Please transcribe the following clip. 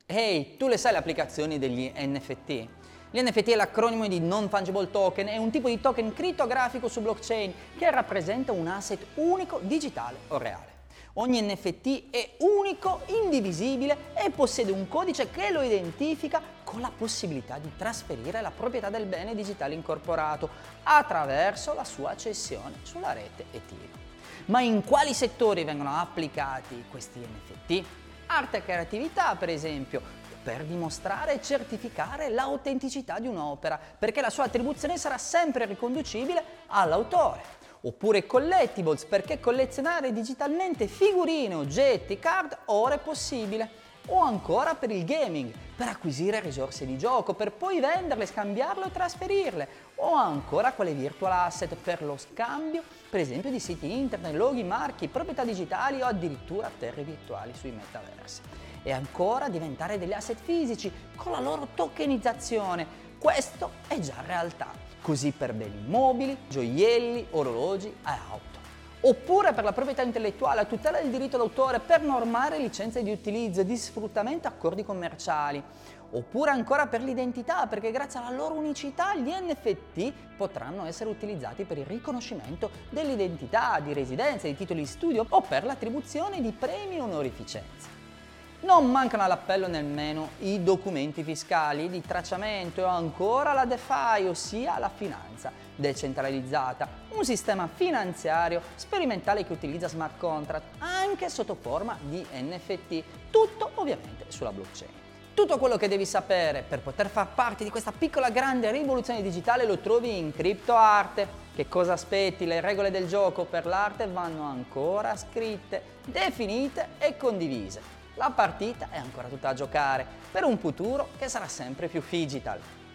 Ehi, tu le sai le applicazioni degli NFT? L'NFT è l'acronimo di Non Fungible Token, è un tipo di token crittografico su blockchain che rappresenta un asset unico, digitale o reale. Ogni NFT è unico, indivisibile e possiede un codice che lo identifica con la possibilità di trasferire la proprietà del bene digitale incorporato attraverso la sua cessione sulla rete Ethereum. Ma in quali settori vengono applicati questi NFT? Arte e creatività, per esempio, per dimostrare e certificare l'autenticità di un'opera, perché la sua attribuzione sarà sempre riconducibile all'autore. Oppure collectibles, perché collezionare digitalmente figurine, oggetti, card ora è possibile. O ancora per il gaming, per acquisire risorse di gioco, per poi venderle, scambiarle o trasferirle. O ancora quelle virtual asset per lo scambio, per esempio di siti internet, loghi, marchi, proprietà digitali o addirittura terre virtuali sui metaversi. E ancora diventare degli asset fisici con la loro tokenizzazione. Questo è già realtà. Così per beni immobili, gioielli, orologi e auto. Oppure per la proprietà intellettuale, a tutela del diritto d'autore, per normare licenze di utilizzo e di sfruttamento e accordi commerciali. Oppure ancora per l'identità, perché grazie alla loro unicità gli NFT potranno essere utilizzati per il riconoscimento dell'identità, di residenza, di titoli di studio o per l'attribuzione di premi o onorificenze. Non mancano all'appello nemmeno i documenti fiscali di tracciamento o ancora la DeFi, ossia la finanza decentralizzata, un sistema finanziario sperimentale che utilizza smart contract anche sotto forma di NFT, tutto ovviamente sulla blockchain. Tutto quello che devi sapere per poter far parte di questa piccola grande rivoluzione digitale lo trovi in CryptoArte. Che cosa aspetti? Le regole del gioco per l'arte vanno ancora scritte, definite e condivise. La partita è ancora tutta a giocare per un futuro che sarà sempre più digital.